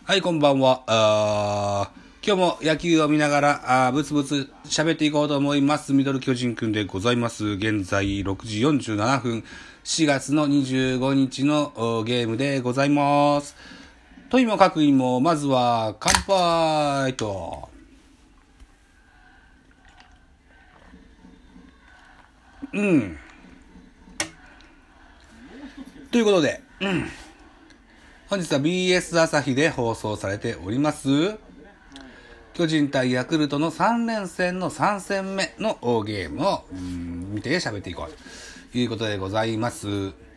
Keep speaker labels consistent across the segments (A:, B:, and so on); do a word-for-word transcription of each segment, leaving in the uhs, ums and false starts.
A: はい、こんばんは。あ今日も野球を見ながら、あブツブツ喋っていこうと思います。ミドル巨人くんでございます。現在ろくじよんじゅうななふん、しがつのにじゅうごにちのゲームでございます。とにもかくにも、まずは乾杯と。うん。ということで、うん。本日は ビーエス 朝日で放送されております巨人対ヤクルトのさんれんせんのさんせんめのゲームを見て喋っていこうということでございます。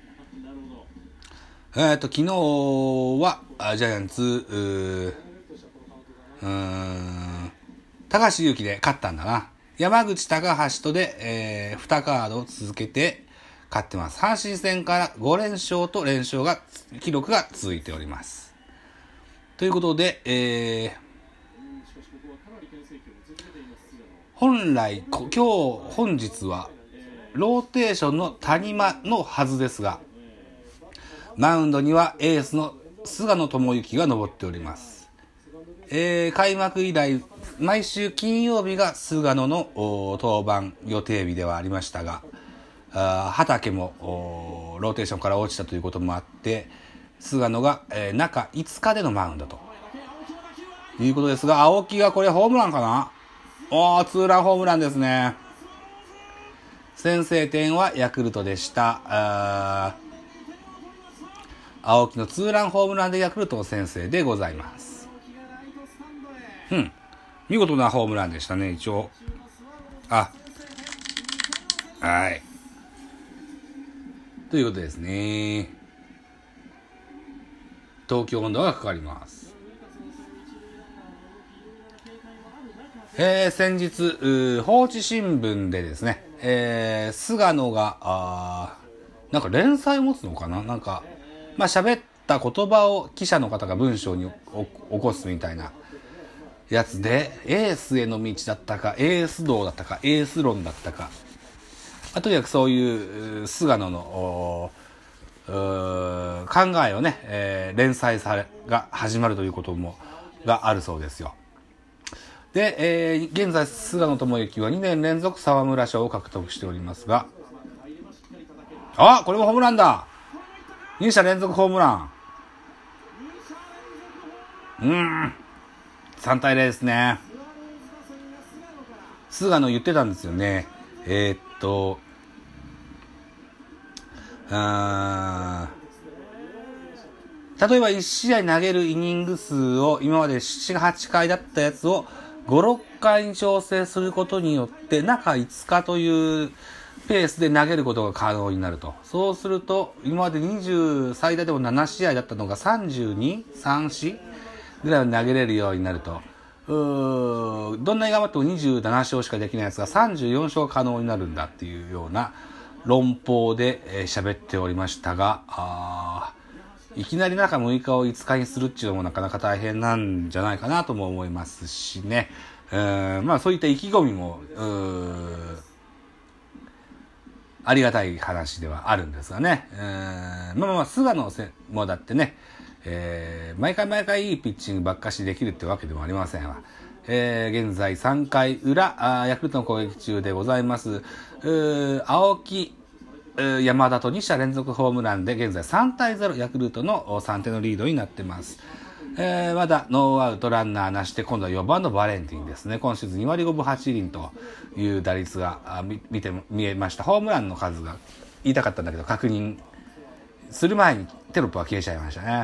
A: えっと昨日はジャイアンツうーん高橋優希で勝ったんだな。山口高橋とで、えー、にカード続けて勝ってます。阪神戦からごれんしょうと連勝が記録が続いております。ということで、えー、本来今日本日はローテーションの谷間のはずですが、マウンドにはエースの菅野智之が登っております。えー、開幕以来毎週金曜日が菅野の登板予定日ではありましたが、あ畑もローテーションから落ちたということもあって菅野が、えー、中いつかでのマウンドということですが、青木がこれホームランかな。おー、ツーランホームランですね。先制点はヤクルトでした。あ青木のツーランホームランでヤクルトの先制でございます。うん、見事なホームランでしたね。一応あはいということですね。東京温度がかかります。えー、先日報知新聞でですね、えー、菅野があなんか連載を持つのかな、なんかまあ喋った言葉を記者の方が文章に起こすみたいなやつで、エースへの道だったかエース道だったかエース論だったか、とにかくそういう菅野の考えをね、えー、連載されが始まるということもがあるそうですよ。で、えー、現在菅野智之はにねんれんぞく沢村賞を獲得しておりますが、あ、これもホームランだ。にしゃ連続ホームラン。うーんさんたいゼロですね。菅野言ってたんですよね。えー、っとあ例えばいち試合投げるイニング数を今までなな、はちかいだったやつをご、ろっかいに調整することによって中いつかというペースで投げることが可能になると。そうすると今までにじゅう最大でもななしあいだったのがさんじゅうに、さん、よんぐらい投げれるようになると。うーどんなに頑張ってもにじゅうななしょうしかできないやつがさんじゅうよんしょう可能になるんだっていうような論法で喋、えー、っておりましたが、あいきなり中むいかをいつかにするっていうのもなかなか大変なんじゃないかなとも思いますしね。うーんまあそういった意気込みもうーありがたい話ではあるんですがね。うーんまあまあ菅野もだってね、えー、毎回毎回いいピッチングばっかしできるってわけでもありませんわ。えー、現在さんかいうらヤクルトの攻撃中でございます。う青木山田とにしゃ連続ホームランで現在さんたいゼロヤクルトのさんてんのリードになってます。えー、まだノーアウトランナーなしで今度はよばんのバレンティンですね。今シーズンにわりごぶはちりんという打率が見て見えました。ホームランの数が言いたかったんだけど確認する前にテロップは消えちゃいましたね。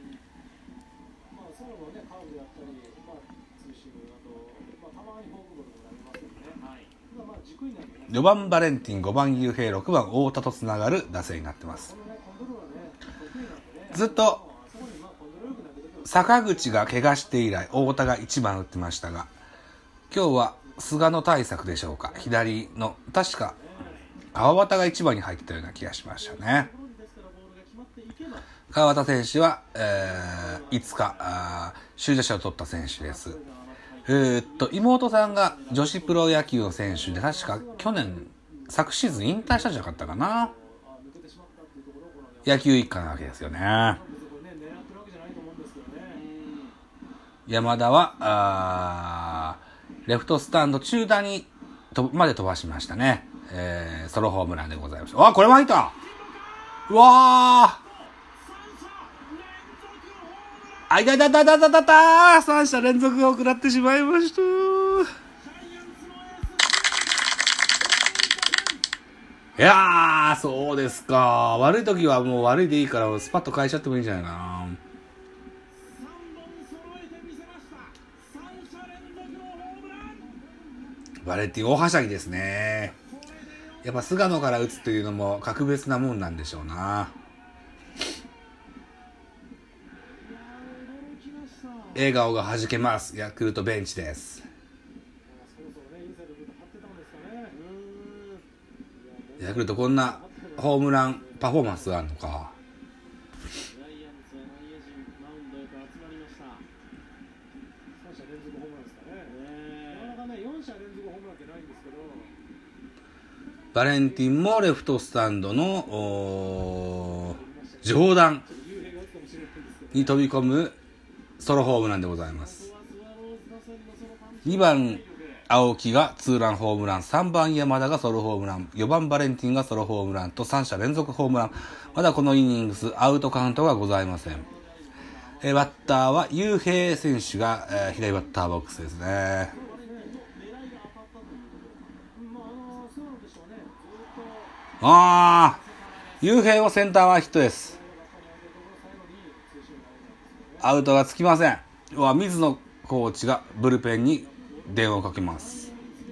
A: よばんバレンティン、ごばん雄平、ろくばん太田とつながる打線になってます。ずっと坂口が怪我して以来太田がいちばん打ってましたが、今日は菅野対策でしょうか、左の確か川端がいちばんに入ってたような気がしましたね。川端選手は、えー、いつか首位打者を取った選手です。えー、っと妹さんが女子プロ野球の選手で確か去年昨シーズン引退したんじゃなかったかな。野球一家なわけですよね。 山田はあレフトスタンド中段にとまで飛ばしましたね。えー、ソロホームランでございました。わ、これは入った。うわー、あいたいたいたいたいたいた、さん者連続を食らってしまいました。いやー、そうですか。悪い時はもう悪いでいいからスパッと変えちゃってもいいんじゃないかな。バレンティン大はしゃぎですね。やっぱ菅野から打つというのも格別なもんなんでしょうな。笑顔がはじけます。ヤクルトベンチです。ヤクルトこんなホームランパフォーマンスがあるのか。バレンティンもレフトスタンドの上段に飛び込むソロホームランでございます。にばん青木がツーランホームラン、さんばん山田がソロホームラン、よばんバレンティンがソロホームランとさん者連続ホームラン。まだこのイニングスアウトカウントがございません。えバッターは雄平選手が、えー、左バッターボックスですね。あー、雄平をセンターはヒットです。アウトがつきません。うわ、水野コーチがブルペンに電話をかけます。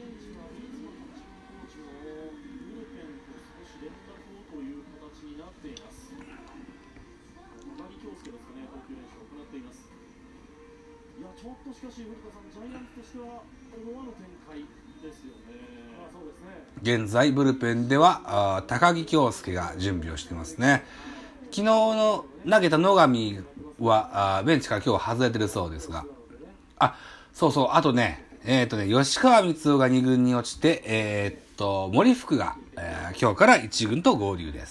A: ちょっとしかし古田さん、ジャイアンツとしては思わぬ展開ですよね。ああ、そうですね。現在ブルペンでは高木京介が準備をしていますね。昨日の投げた野上はベンチから今日外れてるそうですが、あ、そうそう、あとね、えっとね、吉川光夫がに軍に落ちて、えー、っと森福が、えー、今日からいち軍と合流です。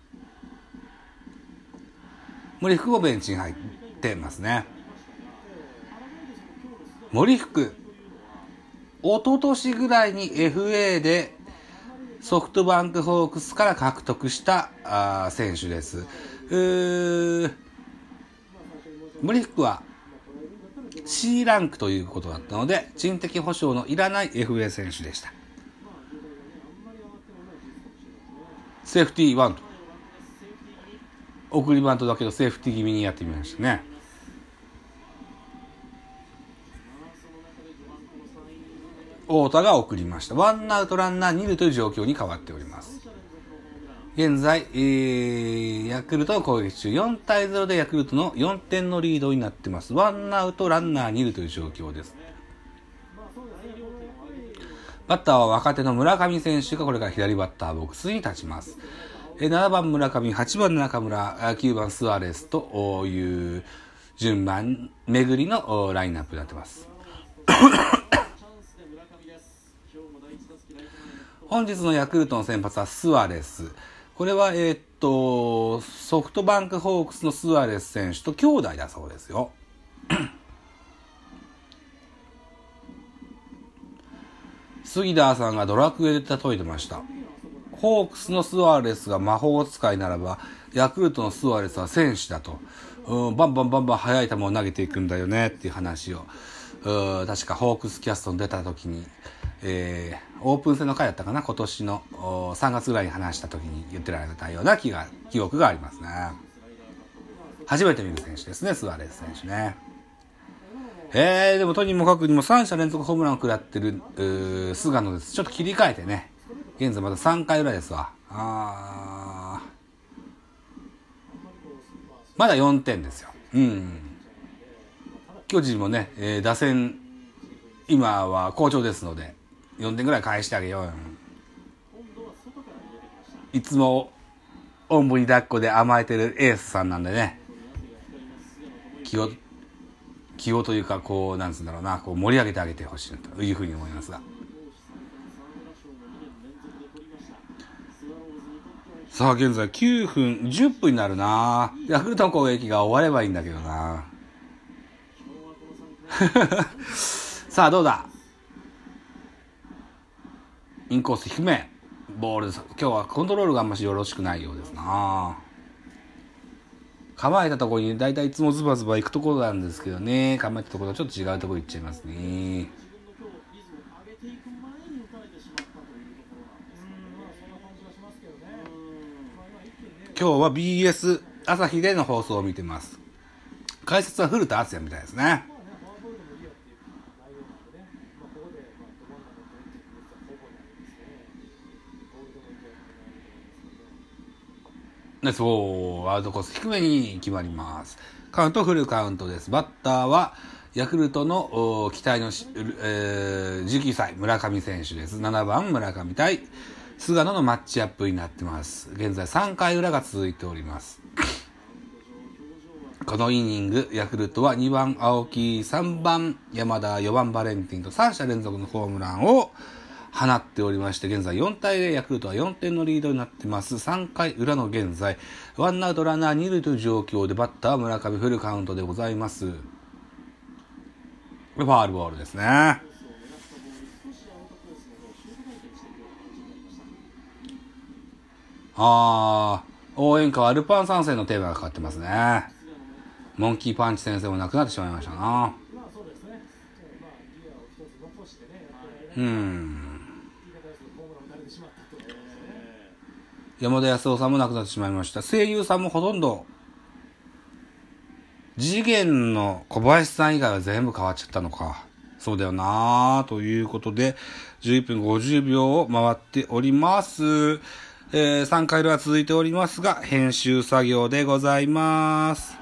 A: 森福もベンチに入ってますね。森福、一昨年ぐらいに エフエー でソフトバンクホークスから獲得したあ選手です。うー森福は C ランクということだったので、人的保障のいらない エフエー 選手でした。セーフティーバント、送りバントだけどセーフティー気味にやってみましたね。太田が送りました。ワンアウトランナーに塁という状況に変わっております。現在、えー、ヤクルトの攻撃中、よんたいゼロでヤクルトのよんてんのリードになっています。ワンアウトランナーに塁という状況です。バッターは若手の村上選手がこれから左バッターボックスに立ちます。ななばん村上、はちばん中村、きゅうばんスアレスという順番巡りのラインナップになっています。本日のヤクルトの先発はスアレス。これは、えー、っと、ソフトバンクホークスのスアレス選手と兄弟だそうですよ。杉田さんがドラクエで例えてました。ホークスのスアレスが魔法使いならば、ヤクルトのスアレスは戦士だと。うん、バンバンバンバン速い球を投げていくんだよねっていう話を、うん、確かホークスキャストに出た時に、えー、オープン戦の回だったかな、今年のさんがつぐらいに話した時に言ってられたような気が記憶がありますね。初めて見る選手ですね、スアレス選手ね。えー、でもとにもかくにもさん者連続ホームランを食らってる菅野です。ちょっと切り替えてね、現在まださんかい裏ですわ。あまだよんてんですよ。うん。巨人もね、えー、打線今は好調ですのでよんてんぐらい返してあげようよ。いつもおんぶに抱っこで甘えてるエースさんなんでね、気を気をというかこうなんつうんだろうな、こう盛り上げてあげてほしいというふうに思いますが、さあ現在きゅうふんじゅっぷんになるな。ヤクルトの攻撃が終わればいいんだけどな。 さあどうだ、インコース低めボールです。今日はコントロールがあんましよろしくないようですな。構えたところにだいたいいつもズバズバ行くところなんですけどね、構えたところとちょっと違うところ行っちゃいますね。今日は ビーエス 朝日での放送を見てます。解説は古田敦也みたいですね。でそうアウトコース低めに決まります。カウントフルカウントです。バッターはヤクルトの期待の、えー、じゅうきゅうさい村上選手です。ななばん村上対菅野のマッチアップになってます。現在さんかい裏が続いております。このイニングヤクルトはにばん青木、さんばん山田、よばんバレンティンとさん者連続のホームランを放っておりまして、現在よんたいゼロ、ヤクルトはよんてんのリードになってます。さんかい裏の現在ワンアウトランナーに塁という状況で、バッターは村上フルカウントでございます。ファウルボールですね。あー、応援歌はルパン三世のテーマがかかってますね。モンキーパンチ先生も亡くなってしまいましたな。うん山田康夫さんも亡くなってしまいました。声優さんもほとんど次元の小林さん以外は全部変わっちゃったのか。そうだよなということでじゅういっぷんごじゅうびょうを回っております。えー、さんかい裏は続いておりますが編集作業でございます。